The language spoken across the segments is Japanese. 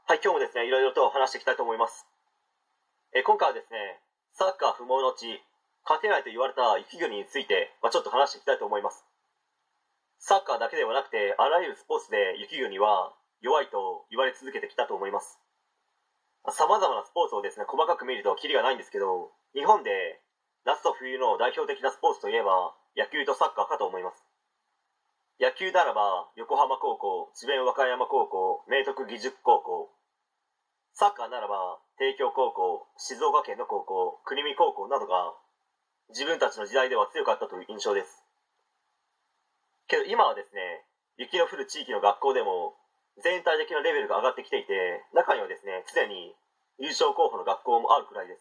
はい、今日もですね、いろいろと話していきたいと思います。今回はですね、サッカー不毛の地、勝てないと言われた雪国について、ちょっと話していきたいと思います。サッカーだけではなくて、あらゆるスポーツで雪国は弱いと言われ続けてきたと思います。様々なスポーツをですね、細かく見るとキリがないんですけど、日本で夏と冬の代表的なスポーツといえば、野球とサッカーかと思います。野球ならば、横浜高校、智弁和歌山高校、明徳義塾高校、サッカーならば帝京高校、静岡県の高校、国見高校などが自分たちの時代では強かったという印象です。けど今はですね、雪の降る地域の学校でも全体的なレベルが上がってきていて、中にはですね、すでに優勝候補の学校もあるくらいです。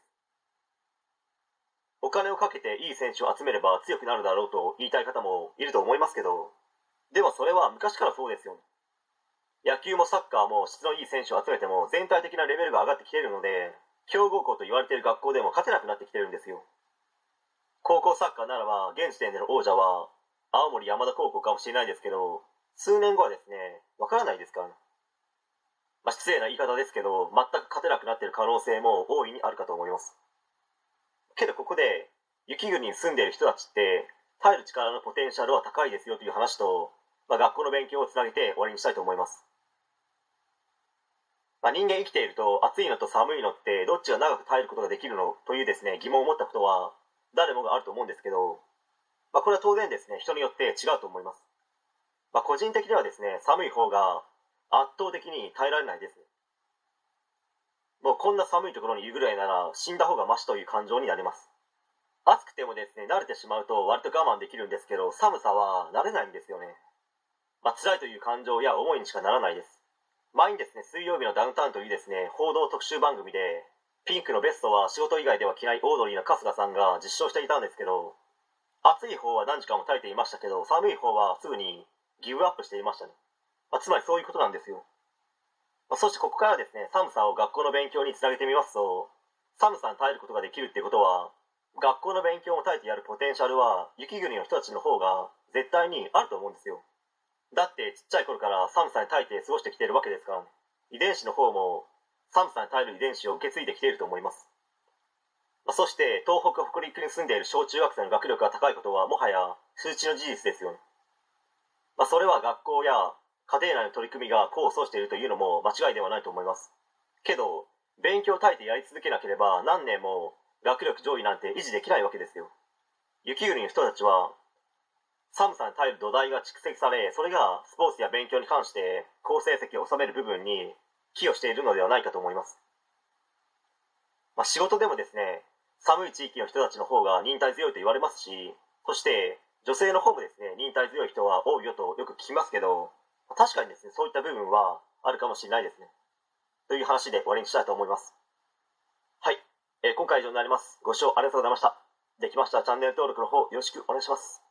お金をかけていい選手を集めれば強くなるだろうと言いたい方もいると思いますけど、でもそれは昔からそうですよね。野球もサッカーも質のいい選手を集めても全体的なレベルが上がってきているので、強豪校と言われている学校でも勝てなくなってきてるんですよ。高校サッカーならば現時点での王者は青森山田高校かもしれないですけど、数年後はですね、わからないですからね。失礼な言い方ですけど、全く勝てなくなっている可能性も大いにあるかと思います。けどここで雪国に住んでいる人たちって耐える力のポテンシャルは高いですよという話と、学校の勉強をつなげて終わりにしたいと思います。人間生きていると暑いのと寒いのってどっちが長く耐えることができるのというですね、疑問を持ったことは誰もがあると思うんですけど、これは当然ですね、人によって違うと思います。個人的にはですね、寒い方が圧倒的に耐えられないです。もうこんな寒いところにいるぐらいなら死んだ方がマシという感情になります。暑くてもですね、慣れてしまうと割と我慢できるんですけど、寒さは慣れないんですよね。辛いという感情や思いにしかならないです。前にですね、水曜日のダウンタウンというですね、報道特集番組で、ピンクのベストは仕事以外では着ないオードリーの春日さんが実証していたんですけど、暑い方は何時間も耐えていましたけど、寒い方はすぐにギブアップしていましたね。つまりそういうことなんですよ。そしてここからですね、寒さを学校の勉強につなげてみますと、寒さに耐えることができるっていうことは、学校の勉強を耐えてやるポテンシャルは雪国の人たちの方が絶対にあると思うんですよ。だってちっちゃい頃から寒さに耐えて過ごしてきているわけですからね。遺伝子の方も寒さに耐える遺伝子を受け継いできていると思います。そして東北北陸に住んでいる小中学生の学力が高いことはもはや数値の事実ですよね。それは学校や家庭内の取り組みが功を奏しているというのも間違いではないと思います。けど勉強を耐えてやり続けなければ何年も学力上位なんて維持できないわけですよ。雪国の人たちは寒さに耐える土台が蓄積され、それがスポーツや勉強に関して好成績を収める部分に寄与しているのではないかと思います。仕事でもですね、寒い地域の人たちの方が忍耐強いと言われますし、そして女性の方もですね、忍耐強い人は多いよとよく聞きますけど、確かにですね、そういった部分はあるかもしれないですね。という話で終わりにしたいと思います。はい、今回以上になります。ご視聴ありがとうございました。できましたらチャンネル登録の方よろしくお願いします。